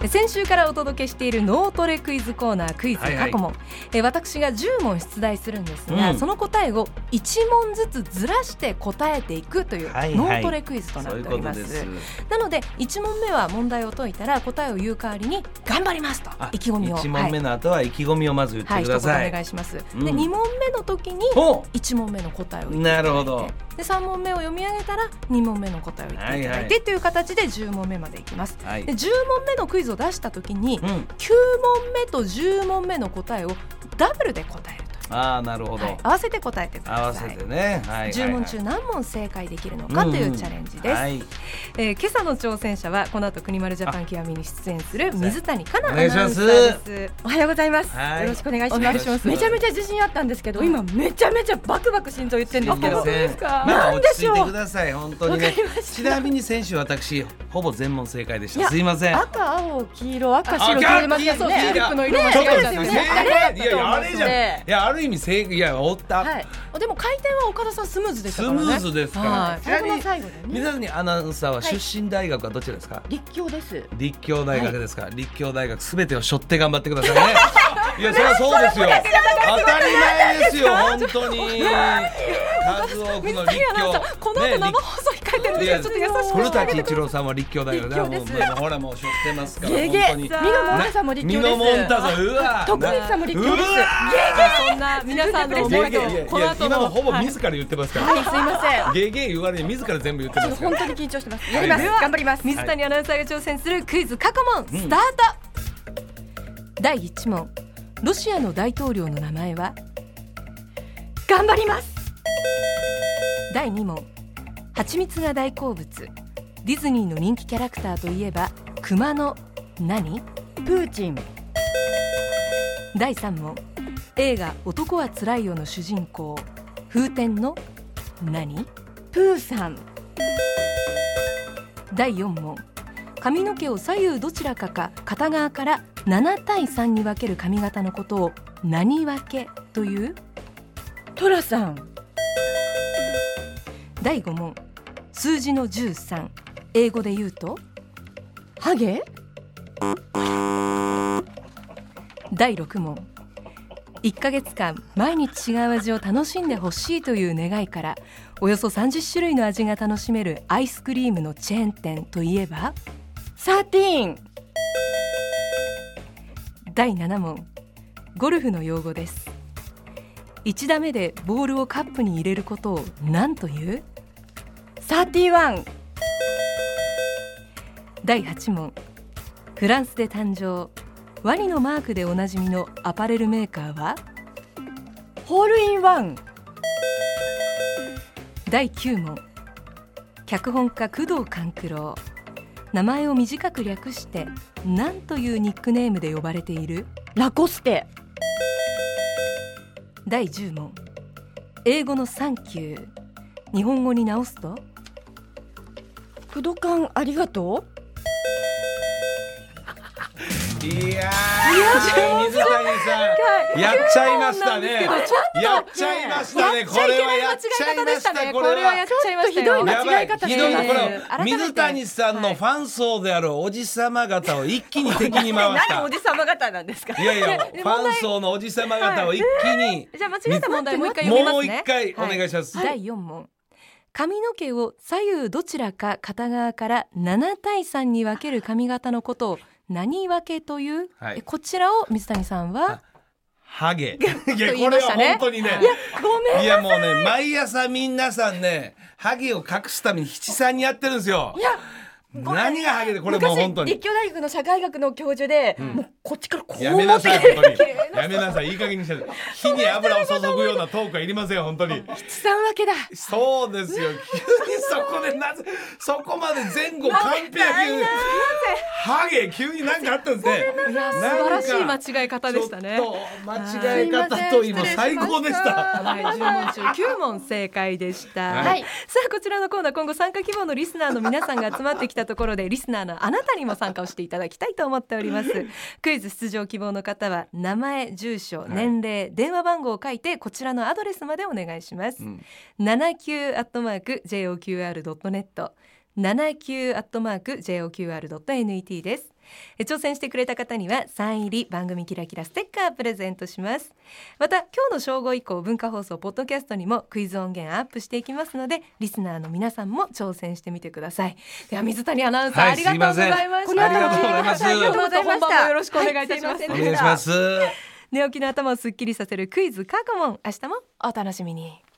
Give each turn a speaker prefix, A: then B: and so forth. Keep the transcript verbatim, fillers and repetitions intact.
A: 先週からお届けしている脳トレクイズコーナークイズ過去問、はいはい、私がじゅう問出題するんですが、うん、その答えをいち問ずつずらして答えていくという脳トレクイズとなっております、はいはい、なのでいち問目は問題を解いたら答えを言う代わりに頑張りますと意気込みを、
B: いち問目の後は意気込みをまず言ってください、
A: はい、一言お願いします、うん、でに問目の時にいち問目の答えを言っていただいて、なるほど、でさん問目を読み上げたらに問目の答えを言っていただいて、はいはい、という形でじゅう問目までいきます、はい、でじゅう問目のクイズを出した時に、うん、きゅう問目とじゅう問目の答えをダブルで答える。
B: あー、なるほど、
A: はい、合わせて答えてください。
B: 合わせてね、はいはいはい、
A: じゅう問中何問正解できるのかというチャレンジです、うんはい、えー、今朝の挑戦者はこの後国丸ジャパン極みに出演する水谷香奈アナウンサーです。
C: おはようございます、はい、よろしくお願いします。めちゃめちゃ自信あったんですけど、今めちゃめちゃバクバク心臓言ってるんですけど、
B: ですか、まあ、落ち着いてください本当にね。ちなみに先週私ほぼ全問正解でした。すいません。
C: 赤青黄色赤白黄色ますね。そう、チューリップの色間違えちゃってね。
B: いやいやあれじゃん、いやある意味正解、いやおった、はい、
A: でも回転は岡田さんスムーズでしたからね。
B: スムーズですから、はい、
C: 最後の最後でね。
B: 水谷アナウンサーは出身大学はどちらですか？はい、
C: 立教です。
B: 立教大学ですか？はい、立教大学すべてを背負って頑張ってくださいね。いやそれはそうですよ、当たり前ですよ本当に。数多くの立教、
A: この後生放送控えてるんですけど、ちょっと優しくして
B: 古舘一郎さんは立教大学で、もうほらもう背負ってますから。
C: ゲゲ
B: 本当に
C: ミノモンタさんも立教です。
B: ミノモンタさん、うわ
C: 徳光さんも立教です。ゲゲ
A: そんな皆さんの思いとこの後の
B: 今もほぼ自ら言ってますから。
C: はい、すいません。
B: ゲゲ言われに自ら全部言ってますから。
C: 本当に緊張してます。やります。頑張ります。
A: 水谷アナウンサーが挑戦するクイズ過去問スタート。だいいち問、ロシアの大統領の名前は？
C: 頑張ります。
A: だいに問、蜂蜜が大好物、ディズニーの人気キャラクターといえば熊の何？
C: プーチン。
A: だいさん問、映画男はつらいよの主人公風天の何？
C: プーさん。
A: だいよん問、髪の毛を左右どちらかか片側からななたいさんに分ける髪型のことを何分けという？
C: トラさん。
A: だいご問、数字のじゅうさん、英語で言うと？
C: ハゲ？
A: だいろく問、いっかげつかん毎日違う味を楽しんでほしいという願いからおよそさんじゅっしゅるいの味が楽しめるアイスクリームのチェーン店といえば？
C: サーティーン。
A: だいなな問、ゴルフの用語です。いち打目でボールをカップに入れることを何という？
C: サーティワン。
A: だいはち問、フランスで誕生、ワニのマークでおなじみのアパレルメーカーは？
C: ホールインワン。
A: だいきゅう問、脚本家宮藤官九郎、名前を短く略して何というニックネームで呼ばれている？
C: ラコステ。
A: だいじゅう問、英語のサンキュー、日本語に直すと？
C: クドカンありがとう。
B: いやー、水谷さんやっちゃいましたね。やっちゃいましたね。これはやっちゃいましたね。
A: これはやっちゃいましたよ。
C: ひどい間違い方
B: ひどい。これ水谷さんのファン層であるおじさま方を一気に敵に回した。
C: 何おじさま方なんですか？
B: いやいや、ファン層のおじさま方を一気に。
A: じゃあ間違えた問題もう一回読みますね。
B: もう一回お願いします。
A: だいよん問、髪の毛を左右どちらか片側からななたいさんに分ける髪型のことを何分けという？はい、こちらを水谷さんは
B: ハゲ。いやこれは本当にね、
C: いやごめんなさい。
B: いやもうね、毎朝皆さんねハゲを隠すために七三にやってるんですよ。
C: いや
B: 何がハゲで、これもう本当に
C: 立教大学の社会学の教授で、うん、もうこっちからこう
B: やめなさい本当にやめなさい、いい加減にして火に油を注ぐようなトークはいりません本当に。
C: 七三分けだ。
B: そうですよ。急にそこでなぜそこまで前後完璧ハゲ急に何かあったんですね。
A: いや素晴らしい間違い方でしたね。
B: ちょっと間違い方と今最高でした。
A: はい、じゅう問中きゅう問正解でした、はい、さあこちらのコーナー、今後参加希望のリスナーの皆さんが集まってきたところでリスナーのあなたにも参加をしていただきたいと思っております。クイズ出場希望の方は名前、住所、年齢、はい、電話番号を書いてこちらのアドレスまでお願いします、うん、ななきゅうアットマークジェイオーキューアールドットネット ななきゅうアットマークジェイオーキューアールドットネット です。 挑戦してくれた方にはサイン入り番組キラキラステッカープレゼントします。また今日の正午以降文化放送ポッドキャストにもクイズ音源アップしていきますので、リスナーの皆さんも挑戦してみてください。では水谷アナウンサー、はい、ありがとうございました。
B: ありがとうございます。
A: ありがとうございました。本番もよろしくお願いいたします。
B: はい、お願いします。
A: 寝起きの頭をすっきりさせるクイズ過去問、明日もお楽しみに。